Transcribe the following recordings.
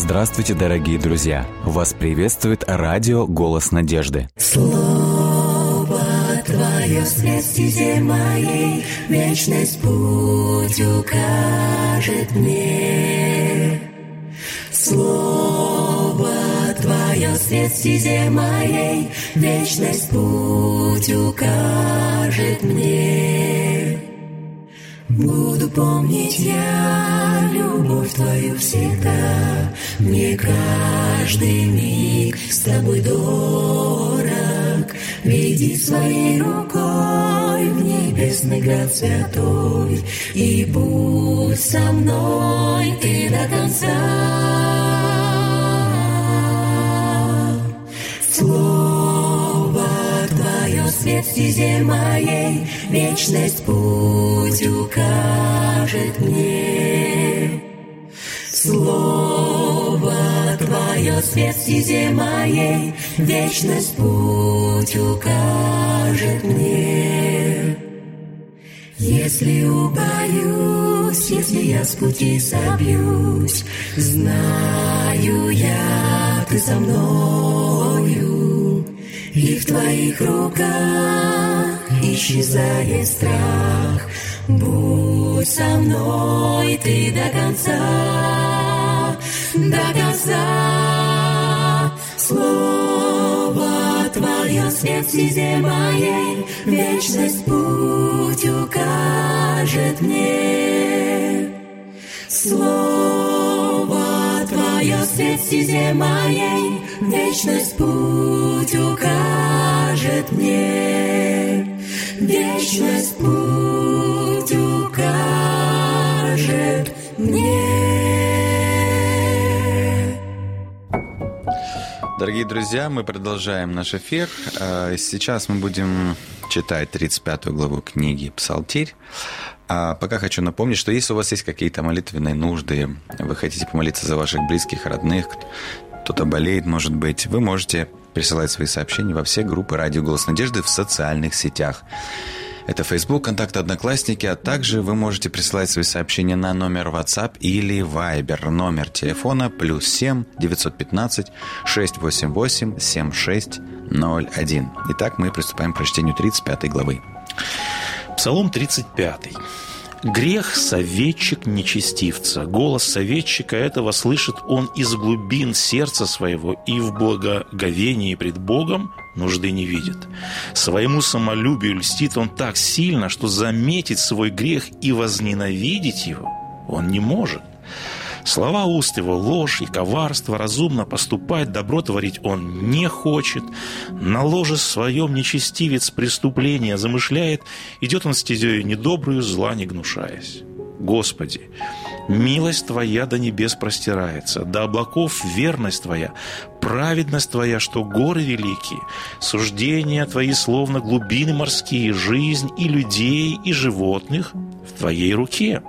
Здравствуйте, дорогие друзья! Вас приветствует радио «Голос надежды». Слово Твое свет стезе моей, вечность путь укажет мне. Слово Твое свет стезе моей, вечность путь укажет мне. Буду помнить я любовь Твою всегда, мне каждый миг с Тобой дорог. Веди своей рукой в небесный град святой, и будь со мной Ты до конца. Слово Твое свет стезе моей, вечность путь укажет мне. Слово Твое свет стезе моей, вечность путь укажет мне. Если убоюсь, если я с пути собьюсь, знаю я, Ты со мною, и в Твоих руках исчезает страх. Будь со мной Ты до конца, до конца. Слово Твое свет стезе моей, вечность путь укажет мне. Слово Твое свет стезе моей, вечность путь укажет мне. Вечность путь укажет мне. Дорогие друзья, мы продолжаем наш эфир. Сейчас мы будем читать 35 главу книги «Псалтирь». Пока хочу напомнить, что если у вас есть какие-то молитвенные нужды, вы хотите помолиться за ваших близких, родных, кто-то болеет, может быть, вы можете присылать свои сообщения во все группы «Радио Голос Надежды» в социальных сетях. Это Facebook, Контакты, Одноклассники, а также вы можете присылать свои сообщения на номер WhatsApp или Viber. Номер телефона +7 915 688 7601. Итак, мы приступаем к прочтению 35 главы. Псалом 35. «Грех советчик нечестивца. Голос советчика этого слышит он из глубин сердца своего, и в благоговении пред Богом нужды не видит. Своему самолюбию льстит он так сильно, что заметить свой грех и возненавидеть его он не может. Слова уст его ложь и коварство, разумно поступать, добро творить он не хочет. На ложе своем нечестивец преступления замышляет, идет он стезею недобрую, зла не гнушаясь. Господи, милость Твоя до небес простирается, до облаков верность Твоя, праведность Твоя, что горы великие, суждения Твои, словно глубины морские, жизнь и людей, и животных в Твоей руке.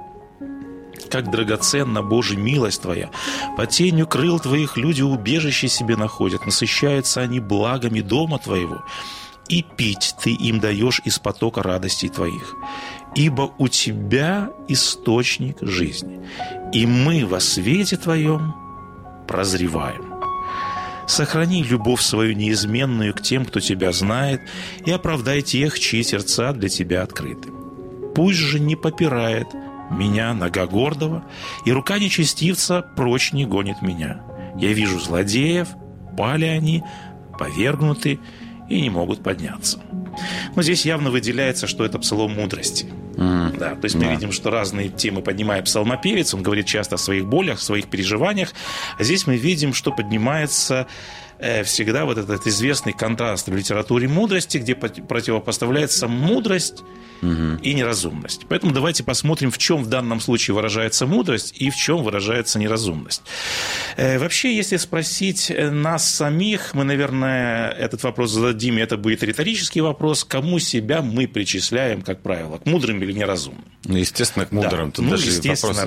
Как драгоценна, Божия, милость Твоя! Под тенью крыл Твоих люди убежище себе находят, насыщаются они благами дома Твоего, и пить Ты им даешь из потока радостей Твоих. Ибо у Тебя источник жизни, и мы во свете Твоем прозреваем. Сохрани любовь свою неизменную к тем, кто Тебя знает, и оправдай тех, чьи сердца для Тебя открыты. Пусть же не попирает меня нога гордого, и рука нечестивца прочь не гонит меня. Я вижу злодеев, пали они, повергнуты и не могут подняться». Но здесь явно выделяется, что это псалом мудрости. Да, то есть мы видим, что разные темы поднимает псалмопевец, он говорит часто о своих болях, о своих переживаниях, а здесь мы видим, что поднимается всегда вот этот известный контраст в литературе мудрости, где противопоставляется мудрость и неразумность. Поэтому давайте посмотрим, в чем в данном случае выражается мудрость и в чем выражается неразумность. Вообще, если спросить нас самих, мы, наверное, этот вопрос зададим, и это будет риторический вопрос, кому себя мы причисляем, как правило, к мудрым или неразумным? Ну, естественно, к мудрым. Да. Естественно,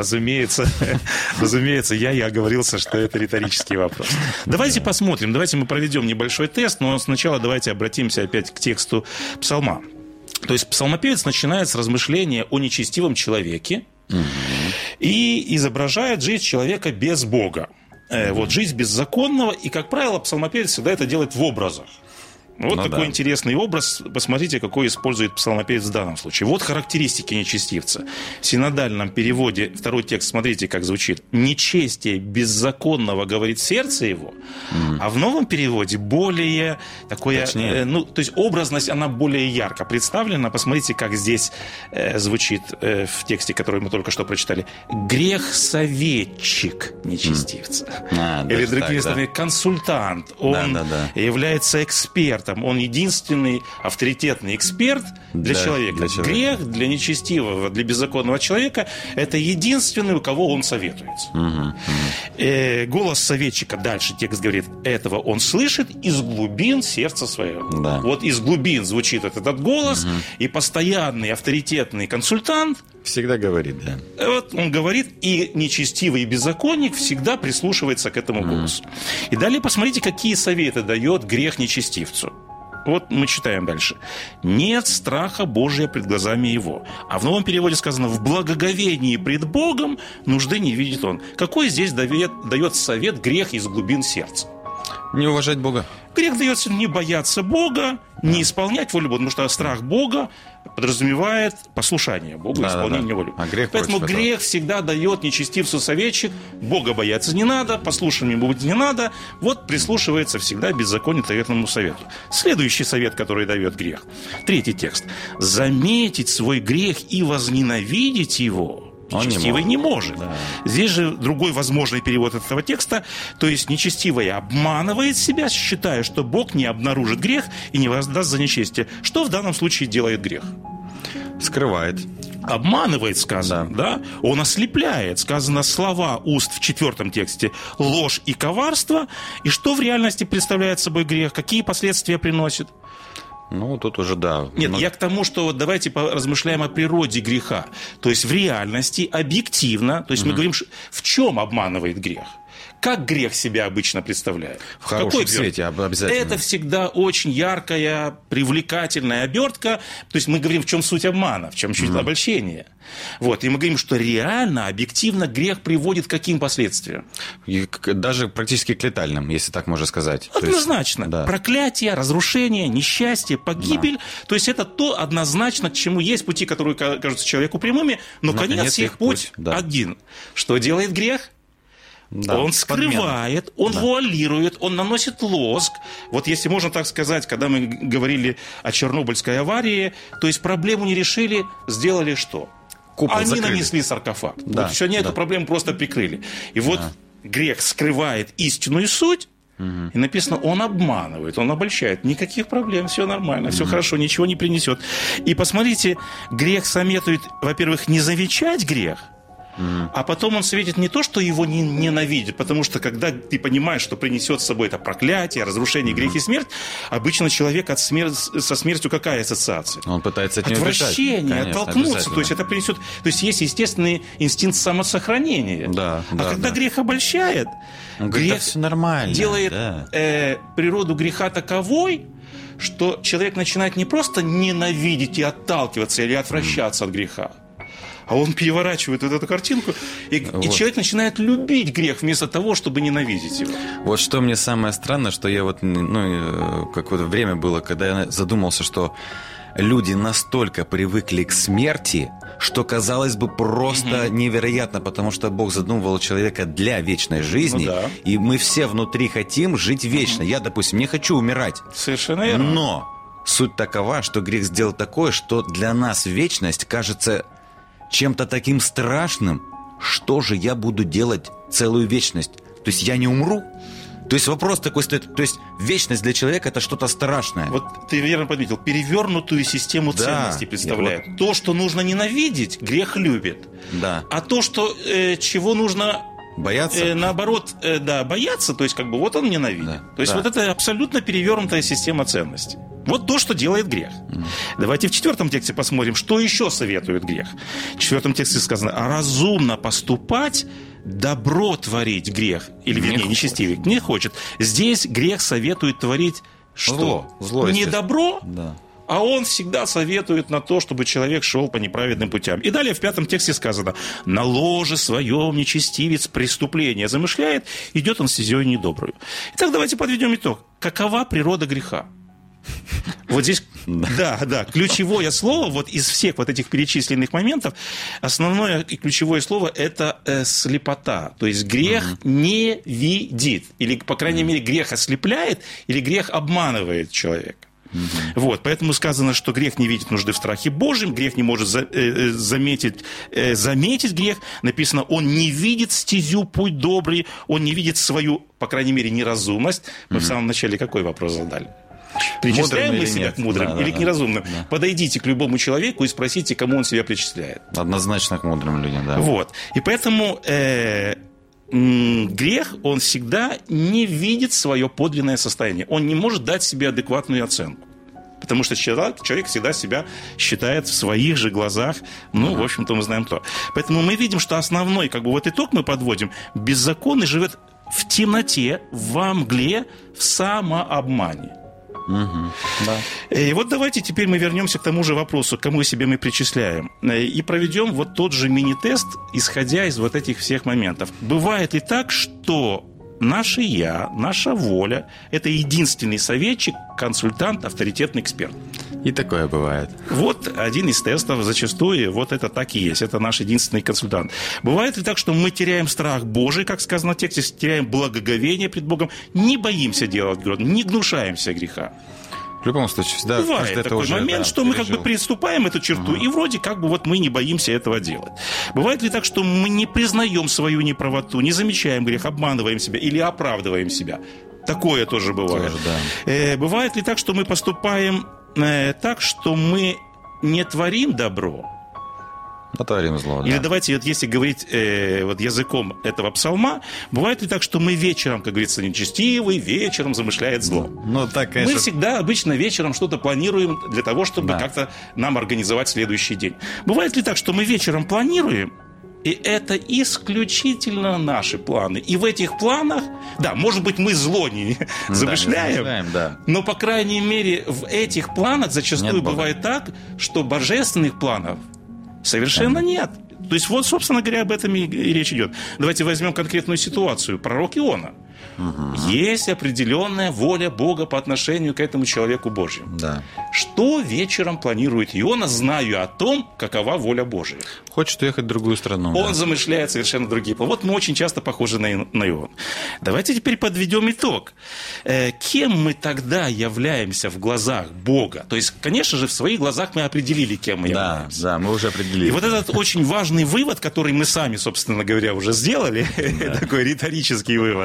разумеется, я оговорился, что это риторический вопрос. Давайте посмотрим, давайте мы проведем небольшой тест, но сначала давайте обратимся опять к тексту псалма. То есть псалмопевец начинает с размышления о нечестивом человеке и изображает жизнь человека без Бога. вот, жизнь беззаконного, и, как правило, псалмопевец всегда это делает в образах. Вот такой интересный образ. Посмотрите, какой использует псалмопевец в данном случае. Вот характеристики нечестивца. В синодальном переводе второй текст, смотрите, как звучит. «Нечестие беззаконного говорит сердце его». А в новом переводе более такое... то есть образность, она более ярко представлена. Посмотрите, как здесь звучит в тексте, который мы только что прочитали. «Грех-советчик нечестивца». Или другими словами, консультант. Он является экспертом. Он единственный авторитетный эксперт для человека. Грех для нечестивого, для беззаконного человека – это единственный, у кого он советуется. Голос советчика, дальше текст говорит, этого он слышит из глубин сердца своего. Вот из глубин звучит этот голос, и постоянный авторитетный консультант всегда говорит, Вот он говорит, и нечестивый беззаконник всегда прислушивается к этому голосу. И далее посмотрите, какие советы дает грех нечестивцу. Вот мы читаем дальше. «Нет страха Божия пред глазами его». А в новом переводе сказано: «В благоговении пред Богом нужды не видит он». Какой здесь дает совет грех из глубин сердца? Не уважать Бога. Грех дается не бояться Бога, не исполнять волю Бога, потому что страх Бога подразумевает послушание Богу, исполнение воли. Поэтому грех всегда дает нечестивцу советчик: Бога бояться не надо, послушанием быть не надо. Вот прислушивается всегда беззаконию этому совету. Следующий совет, который дает грех. Третий текст. «Заметить свой грех и возненавидеть его». Нечестивый не может. Здесь же другой возможный перевод этого текста. То есть нечестивый обманывает себя, считая, что Бог не обнаружит грех и не воздаст за нечестие. Что в данном случае делает грех? Скрывает. Обманывает, сказано, Он ослепляет. Сказано слова уст в 4 тексте: ложь и коварство. И что в реальности представляет собой грех? Какие последствия приносит? Тут уже Нет, я к тому, что давайте поразмышляем о природе греха. То есть в реальности, объективно, то есть мы говорим, в чем обманывает грех. Как грех себя обычно представляет? В хорошем свете обязательно. Это всегда очень яркая, привлекательная обертка. То есть мы говорим, в чем суть обмана, в чем суть обольщения. Вот. И мы говорим, что реально, объективно грех приводит к каким последствиям? И даже практически к летальным, если так можно сказать. Однозначно. Проклятие, разрушение, несчастье, погибель. То есть это то однозначно, к чему есть пути, которые кажутся человеку прямыми, но конец их путь один. Что делает грех? Он скрывает, он вуалирует, он наносит лоск. Вот если можно так сказать, когда мы говорили о Чернобыльской аварии, то есть проблему не решили, сделали что? Они нанесли саркофаг. Вот все, они эту проблему просто прикрыли. И вот грех скрывает истинную суть, и написано, он обманывает, он обольщает. Никаких проблем, все нормально, все хорошо, ничего не принесет. И посмотрите, грех советует, во-первых, не замечать грех, а потом он советует не то, что его ненавидит, потому что когда ты понимаешь, что принесет с собой это проклятие, разрушение, грех и смерть, обычно человек со смертью какая ассоциация? Он пытается от нее отвращение, оттолкнуться. То есть это принесет. То есть есть естественный инстинкт самосохранения. Когда грех обольщает, грех все нормально, делает природу греха таковой, что человек начинает не просто ненавидеть и отталкиваться или отвращаться от греха, а он переворачивает вот эту картинку, и человек начинает любить грех вместо того, чтобы ненавидеть его. Вот что мне самое странное, что я какое-то время было, когда я задумался, что люди настолько привыкли к смерти, что, казалось бы, просто невероятно, потому что Бог задумывал человека для вечной жизни, и мы все внутри хотим жить вечно. Я, допустим, не хочу умирать. Совершенно верно. Но суть такова, что грех сделал такое, что для нас вечность кажется чем-то таким страшным. Что же я буду делать целую вечность? То есть я не умру? То есть вопрос такой стоит. То есть вечность для человека – это что-то страшное. Вот ты верно подметил. Перевернутую систему ценностей представляет. Вот. То, что нужно ненавидеть, грех любит. А то, что, чего нужно бояться? Наоборот, бояться, то есть вот он ненавидит. То есть вот это абсолютно перевернутая система ценностей. Вот то, что делает грех. Давайте в 4 тексте посмотрим, что еще советует грех. В 4 тексте сказано: разумно поступать, добро творить грех. Или, вернее, нечестивый не хочет. Здесь грех советует творить что? Зло, не добро, а он всегда советует на то, чтобы человек шел по неправедным путям. И далее в 5 тексте сказано: «На ложе своем нечестивец преступление замышляет, идет он стезей недобрую». Итак, давайте подведем итог. Какова природа греха? Вот здесь, да, ключевое слово вот из всех вот этих перечисленных моментов, основное и ключевое слово – это слепота. То есть грех не видит, или, по крайней мере, грех ослепляет, или грех обманывает человека. Вот, поэтому сказано, что грех не видит нужды в страхе Божьем, грех не может заметить грех. Написано, он не видит стезю, путь добрый, он не видит свою, по крайней мере, неразумность. Мы в самом начале какой вопрос задали? Причисляем мы себя к мудрым или к неразумным? Да. Подойдите к любому человеку и спросите, кому он себя причисляет. Однозначно к мудрым людям, да. Вот. И поэтому грех, он всегда не видит свое подлинное состояние. Он не может дать себе адекватную оценку. Потому что человек всегда себя считает в своих же глазах, в общем-то, мы знаем то. Поэтому мы видим, что основной, вот итог мы подводим: беззаконный живет в темноте, во мгле, в самообмане. Да. И вот давайте теперь мы вернемся к тому же вопросу, к кому себе мы причисляем, и проведем вот тот же мини-тест, исходя из вот этих всех моментов. Бывает ли так, что наше «я», наша воля – это единственный советчик, консультант, авторитетный эксперт? И такое бывает. Вот один из тестов, зачастую вот это так и есть, это наш единственный консультант. Бывает ли так, что мы теряем страх Божий, как сказано в тексте, теряем благоговение пред Богом, не боимся делать грех, не гнушаемся греха? В любом случае, всегда бывает такой момент, что мы приступаем эту черту, и вроде мы не боимся этого делать. Бывает ли так, что мы не признаем свою неправоту, не замечаем грех, обманываем себя или оправдываем себя? Такое тоже бывает. Тоже, да. Бывает ли так, что мы поступаем так, что мы не творим добро, а творим зло, да. Или давайте, если говорить языком этого псалма, бывает ли так, что мы вечером, как говорится, нечестивый, вечером замышляет зло? Так, конечно. Мы всегда обычно вечером что-то планируем для того, чтобы как-то нам организовать следующий день. Бывает ли так, что мы вечером планируем, и это исключительно наши планы. И в этих планах, может быть, мы зло не замышляем, но, по крайней мере, в этих планах зачастую бывает так, что божественных планов совершенно нет. То есть, собственно говоря, об этом и речь идет. Давайте возьмем конкретную ситуацию. Пророк Иона. Есть определенная воля Бога по отношению к этому человеку Божьему. Да. Что вечером планирует Иона, зная о том, какова воля Божия? Хочет уехать в другую страну. Он замышляет совершенно другие планы. Вот мы очень часто похожи на Иона. Давайте теперь подведем итог. Кем мы тогда являемся в глазах Бога? То есть, конечно же, в своих глазах мы определили, кем мы являемся. Да, мы уже определили. И вот этот очень важный вывод, который мы сами, собственно говоря, уже сделали, такой риторический вывод.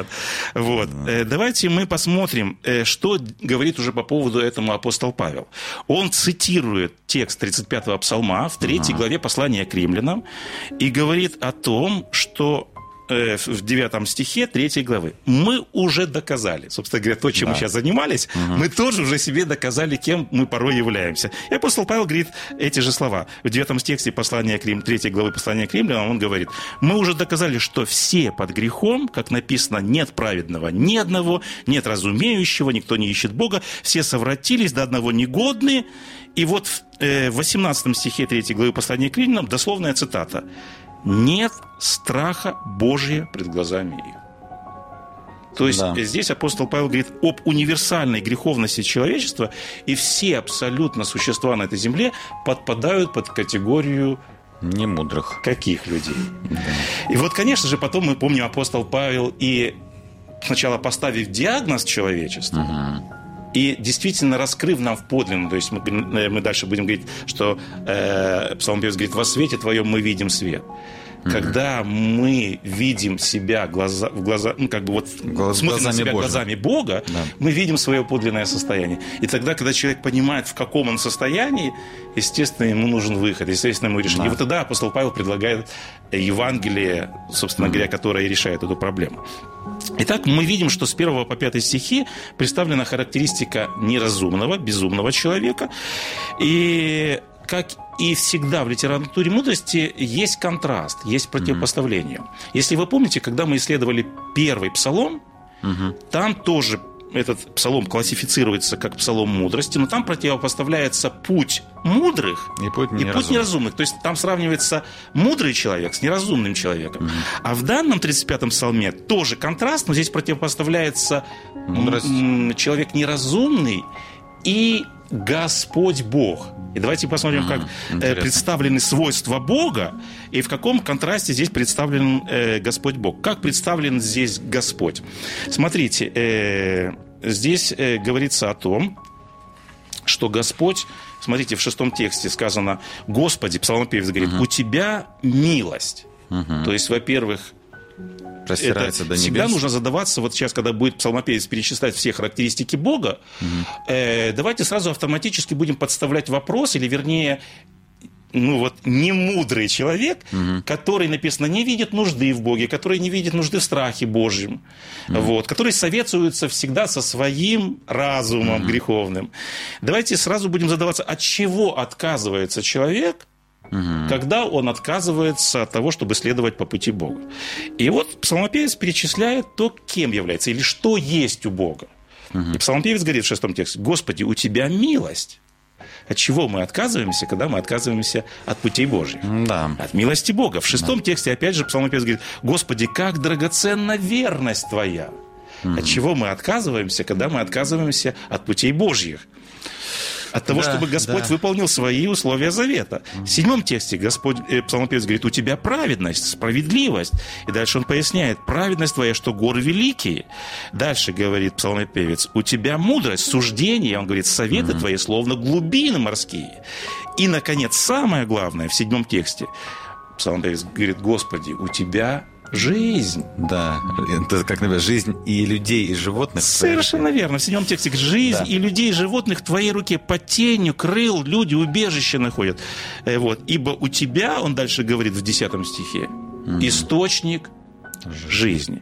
Давайте мы посмотрим, что говорит уже по поводу этому апостол Павел. Он цитирует текст 35-го псалма в 3 главе послания к римлянам и говорит о том, что в 9 стихе 3 главы. Мы уже доказали, собственно говоря, то, чем мы сейчас занимались, мы тоже уже себе доказали, кем мы порой являемся. И апостол Павел говорит эти же слова. В 9 стихе послания к 3 главы послания к римлянам он говорит: мы уже доказали, что все под грехом, как написано, нет праведного ни одного, нет разумеющего, никто не ищет Бога, все совратились, до одного негодные. И вот в 18 стихе 3 главы послания к римлянам дословная цитата: «Нет страха Божия пред глазами их». То есть здесь апостол Павел говорит об универсальной греховности человечества, и все абсолютно существа на этой земле подпадают под категорию немудрых. Каких людей? Да. И вот, конечно же, потом мы помним, апостол Павел, и сначала поставив диагноз человечеству, и действительно раскрыв нам в подлинном, то есть мы дальше будем говорить, что псалмопевец говорит: «Во свете твоем мы видим свет». Когда мы видим себя смотрим на себя глазами Бога, мы видим свое подлинное состояние. И тогда, когда человек понимает, в каком он состоянии, естественно, ему нужен выход, естественно, ему решение. И вот тогда апостол Павел предлагает Евангелие, собственно говоря, которое решает эту проблему. Итак, мы видим, что с 1 по 5 стихи представлена характеристика неразумного, безумного человека. И как и всегда в литературе мудрости есть контраст, есть противопоставление. Если вы помните, когда мы исследовали первый псалом, там тоже этот псалом классифицируется как псалом мудрости, но там противопоставляется путь мудрых и путь неразумных. То есть там сравнивается мудрый человек с неразумным человеком. А в данном 35-м псалме тоже контраст, но здесь противопоставляется человек неразумный и Господь Бог. И давайте посмотрим, как представлены свойства Бога и в каком контрасте здесь представлен Господь Бог. Как представлен здесь Господь? Смотрите, здесь говорится о том, что Господь, смотрите, в 6 тексте сказано: «Господи», псалмопевец говорит, «у Тебя милость». То есть, во-первых, простирается до небес. Всегда нужно задаваться, вот сейчас, когда будет псалмопевец перечислять все характеристики Бога, давайте сразу автоматически будем подставлять вопрос, или вернее, не мудрый человек, который, написано, не видит нужды в Боге, который не видит нужды в страхе Божьем, который советуется всегда со своим разумом греховным. Давайте сразу будем задаваться, от чего отказывается человек, когда он отказывается от того, чтобы следовать по пути Бога. И вот псалмопевец перечисляет то, кем является, или что есть у Бога. И псалмопевец говорит в 6 тексте: «Господи, у Тебя милость». От чего мы отказываемся, когда мы отказываемся от путей Божьих? Да. От милости Бога. В 6 тексте, опять же, псалмопевец говорит: «Господи, как драгоценна верность Твоя». От чего мы отказываемся, когда мы отказываемся от путей Божьих? От того, чтобы Господь выполнил свои условия завета. В 7 тексте псалмопевец говорит: «У Тебя праведность, справедливость». И дальше он поясняет: «Праведность Твоя, что горы великие». Дальше говорит псалмопевец: «У Тебя мудрость, суждение». Он говорит: «Советы Твои, словно глубины морские». И, наконец, самое главное, в 7 тексте псалмопевец говорит: «Господи, у Тебя жизнь». Да, это как, например, жизнь и людей, и животных. Совершенно верно. В 7 тексте: «Жизнь и людей, и животных в Твоей руке, под тенью крыл люди убежище находят». «Ибо у Тебя», он дальше говорит в 10 стихе, «источник жизни».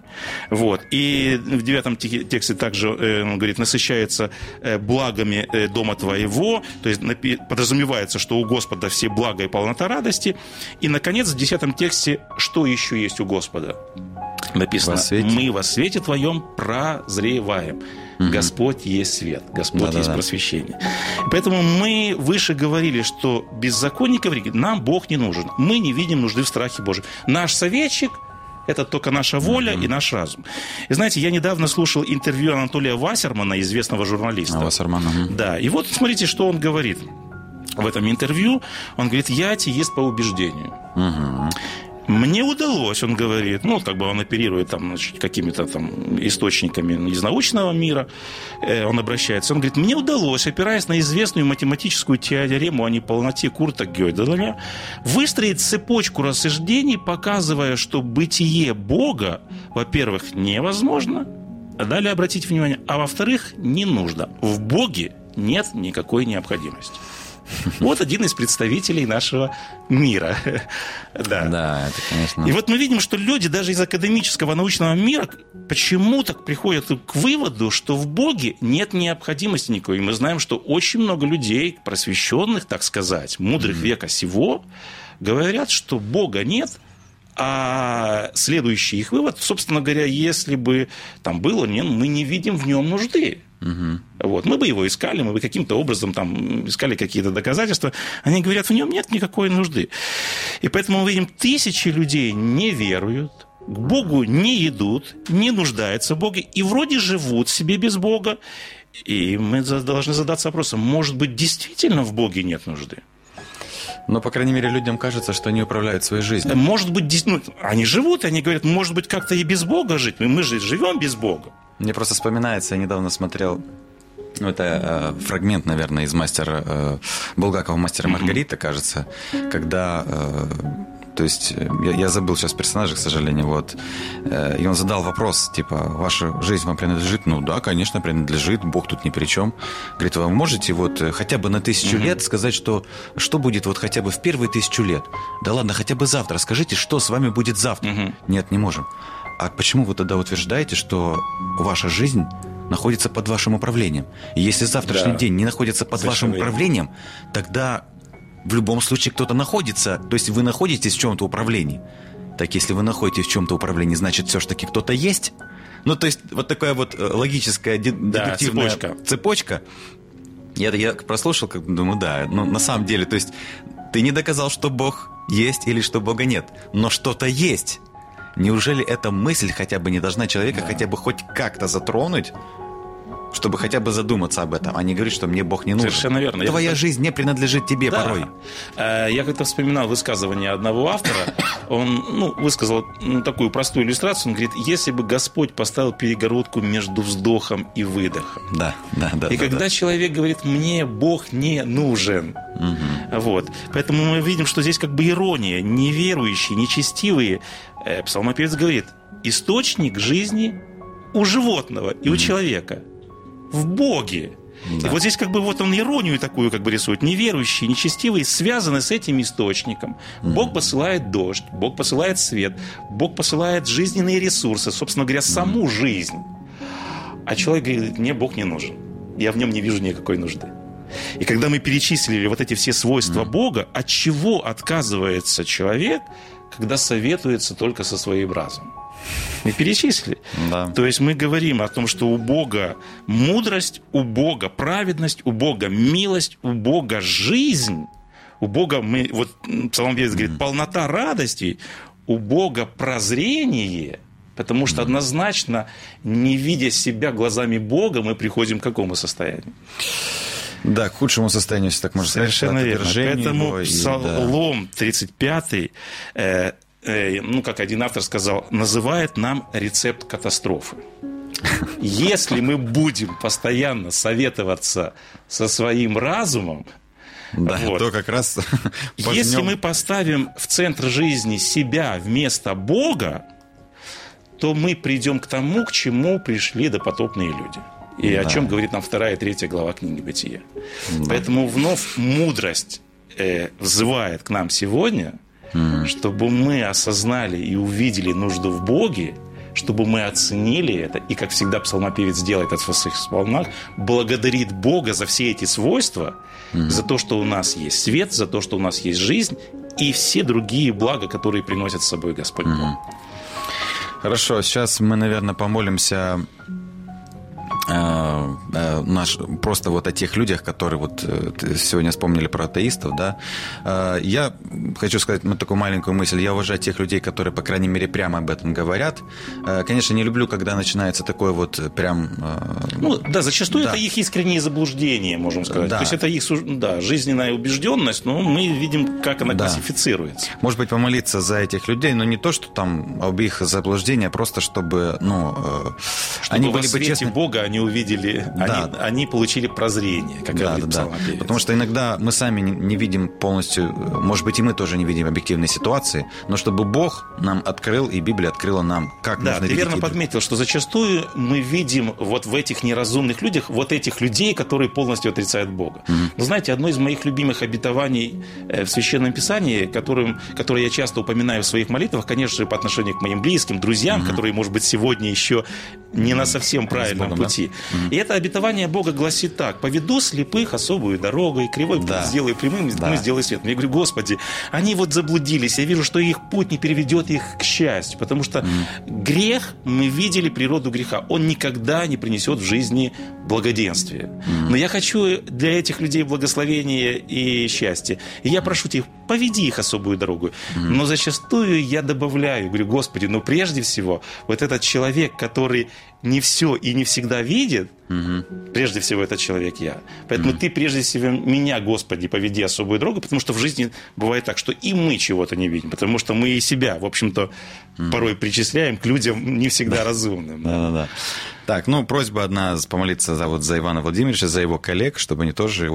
И в 9 тексте также он говорит: «Насыщается благами дома Твоего». То есть подразумевается, что у Господа все блага и полнота радости. И, наконец, в 10 тексте что еще есть у Господа? Написано: «Мы во свете Твоем прозреваем». Господь есть свет, Господь есть просвещение. Поэтому мы выше говорили, что беззаконников нам Бог не нужен. Мы не видим нужды в страхе Божьем. Наш советчик — это только наша воля и наш разум. И знаете, я недавно слушал интервью Анатолия Вассермана, известного журналиста. Вассермана. Да, и вот смотрите, что он говорит в этом интервью. Он говорит: «Я атеист по убеждению». Мне удалось, он говорит, он оперирует какими-то источниками из научного мира, он обращается, он говорит: «Мне удалось, опираясь на известную математическую теорему о неполноте Курта Гёделя, выстроить цепочку рассуждений, показывая, что бытие Бога, во-первых, невозможно, а далее обратите внимание, а во-вторых, не нужно. В Боге нет никакой необходимости». Вот один из представителей нашего мира. Да, это, конечно. И вот мы видим, что люди даже из академического научного мира почему-то приходят к выводу, что в Боге нет необходимости никакой. И мы знаем, что очень много людей, просвещенных, так сказать, мудрых века сего, говорят, что Бога нет. А следующий их вывод, собственно говоря, если бы там было, мы не видим в нем нужды. Мы бы его искали, мы бы каким-то образом искали какие-то доказательства. Они говорят: в нем нет никакой нужды. И поэтому мы видим, тысячи людей не веруют, к Богу не идут, не нуждаются в Боге и вроде живут себе без Бога. И мы должны задаться вопросом: может быть, действительно в Боге нет нужды? Но, по крайней мере, людям кажется, что они управляют своей жизнью. Может быть, они живут, и они говорят: может быть, как-то и без Бога жить. Мы же живем без Бога. Мне просто вспоминается, я недавно смотрел, это фрагмент, наверное, из Булгакова «Мастера и Маргарита», кажется, когда... То есть, я забыл сейчас персонажа, к сожалению, и он задал вопрос, ваша жизнь вам принадлежит? Да, конечно, принадлежит, Бог тут ни при чем. Говорит: вы можете хотя бы на 1000 лет сказать, что будет хотя бы в первые 1000 лет? Да ладно, хотя бы завтра, скажите, что с вами будет завтра? Нет, не можем. А почему вы тогда утверждаете, что ваша жизнь находится под вашим управлением? И если завтрашний день не находится под вашим управлением, тогда... В любом случае кто-то находится, то есть вы находитесь в чем-то управлении. Так если вы находитесь в чем-то управлении, значит, все-таки кто-то есть. Ну, то есть, вот такая вот логическая дедуктивная цепочка. Я прослушал, как думаю, да, но на самом деле, то есть, ты не доказал, что Бог есть или что Бога нет, но что-то есть. Неужели эта мысль хотя бы не должна человека хотя бы хоть как-то затронуть, чтобы хотя бы задуматься об этом, а не говорить, что мне Бог не нужен. Совершенно верно. Твоя жизнь не принадлежит тебе порой. Я как-то вспоминал высказывание одного автора. Он высказал такую простую иллюстрацию. Он говорит, если бы Господь поставил перегородку между вздохом и выдохом. Да. И когда человек говорит, мне Бог не нужен. Вот. Поэтому мы видим, что здесь как бы ирония. Неверующие, нечестивые. Псалмопевец говорит, источник жизни у животного и у человека в Боге. Да. И вот здесь как бы вот он иронию такую как бы рисует. Неверующие, нечестивые связаны с этим источником. Бог посылает дождь, Бог посылает свет, Бог посылает жизненные ресурсы, собственно говоря, саму жизнь. А человек говорит, мне Бог не нужен. Я в нем не вижу никакой нужды. И когда мы перечислили вот эти все свойства Бога, от чего отказывается человек, когда советуется только со своим разумом? Мы перечислили. Да. То есть мы говорим о том, что у Бога мудрость, у Бога праведность, у Бога милость, у Бога жизнь, у Бога, вот Псалмопевец говорит, полнота радостей, у Бога прозрение, потому что однозначно, не видя себя глазами Бога, мы приходим к какому состоянию? Да, к худшему состоянию, если так можно сказать. Совершенно верно. Поэтому Псалом 35 как один автор сказал, называет нам рецепт катастрофы. Если мы будем постоянно советоваться со своим разумом, то как раз если мы поставим в центр жизни себя вместо Бога, то мы придем к тому, к чему пришли допотопные люди. И о чем говорит нам 2 и 3 глава книги Бытия. Поэтому вновь мудрость взывает к нам сегодня, чтобы мы осознали и увидели нужду в Боге, чтобы мы оценили это, и, как всегда, псалмопевец делает это в своих псалмах, благодарит Бога за все эти свойства, за то, что у нас есть свет, за то, что у нас есть жизнь, и все другие блага, которые приносят с собой Господь Бог. Хорошо, сейчас мы, наверное, помолимся просто вот о тех людях, которые вот сегодня вспомнили про атеистов, да. Я хочу сказать такую маленькую мысль. Я уважаю тех людей, которые, по крайней мере, прямо об этом говорят. Конечно, не люблю, когда начинается такое вот прям... зачастую это их искренние заблуждения, можем сказать. То есть это их жизненная убежденность, но мы видим, как она классифицируется. Может быть, помолиться за этих людей, но не то, что там об их заблуждениях, просто чтобы, они были бы честны. Бога они увидели, они получили прозрение, как говорит псалмопевец. Потому что иногда мы сами не видим полностью, может быть, и мы тоже не видим объективной ситуации, но чтобы Бог нам открыл, и Библия открыла нам, как нужно видеть. Да, ты верно подметил, что зачастую мы видим вот в этих неразумных людях вот этих людей, которые полностью отрицают Бога. Но знаете, одно из моих любимых обетований в Священном Писании, которое я часто упоминаю в своих молитвах, конечно же, по отношению к моим близким, друзьям, которые, может быть, сегодня еще не на совсем правильном пути. И это обетование Бога гласит так: «Поведу слепых особую дорогу, и кривой путь сделаю прямым, и сделаю светлым». Я говорю, Господи, они вот заблудились, я вижу, что их путь не приведет их к счастью, потому что грех, мы видели природу греха, он никогда не принесет в жизни благоденствия. Но я хочу для этих людей благословения и счастья. И я прошу тебя, поведи их особую дорогу. Но зачастую я добавляю, говорю, Господи, прежде всего, вот этот человек, который не все и не всегда видит, прежде всего этот человек я. Поэтому ты прежде всего меня, Господи, поведи особую дорогу, потому что в жизни бывает так, что и мы чего-то не видим, потому что мы и себя, в общем-то, порой причисляем к людям не всегда разумным. Да. Так, просьба одна помолиться за Ивана Владимировича, за его коллег, чтобы они тоже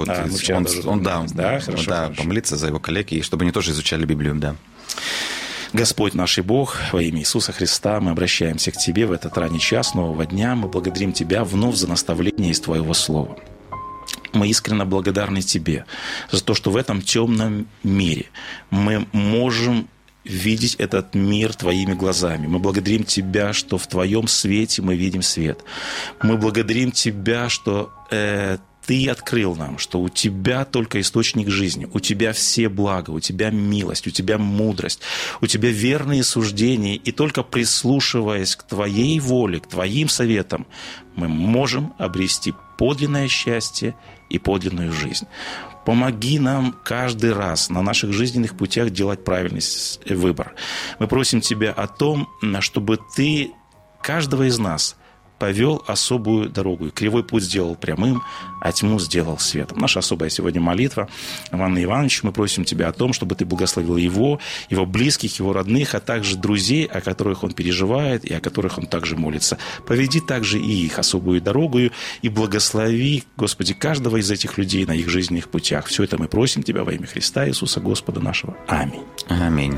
помолиться за его коллег, и чтобы они тоже изучали Библию, да. Господь наш и Бог, во имя Иисуса Христа, мы обращаемся к Тебе в этот ранний час нового дня. Мы благодарим Тебя вновь за наставление из Твоего Слова. Мы искренне благодарны Тебе за то, что в этом темном мире мы можем видеть этот мир Твоими глазами. Мы благодарим Тебя, что в Твоем свете мы видим свет. Мы благодарим Тебя, что Ты открыл нам, что у Тебя только источник жизни, у Тебя все блага, у Тебя милость, у Тебя мудрость, у Тебя верные суждения, и только прислушиваясь к Твоей воле, к Твоим советам, мы можем обрести подлинное счастье и подлинную жизнь. Помоги нам каждый раз на наших жизненных путях делать правильный выбор. Мы просим Тебя о том, чтобы Ты каждого из нас повел особую дорогу. И кривой путь сделал прямым, а тьму сделал светом. Наша особая сегодня молитва. Иван Иванович, мы просим Тебя о том, чтобы Ты благословил его близких, его родных, а также друзей, о которых он переживает и о которых он также молится. Поведи также и их особую дорогу и благослови, Господи, каждого из этих людей на их жизненных путях. Все это мы просим Тебя во имя Христа Иисуса Господа нашего. Аминь. Аминь.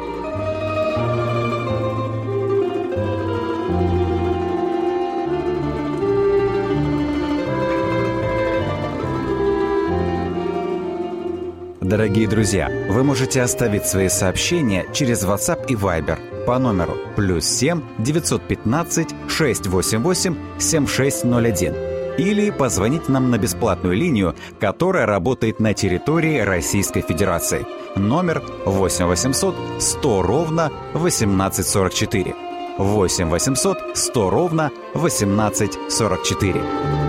Дорогие друзья, вы можете оставить свои сообщения через WhatsApp и Viber по номеру +7 915 688 7601 или позвонить нам на бесплатную линию, которая работает на территории Российской Федерации. Номер 8 800 100 ровно 1844. 8 800 100 ровно 1844.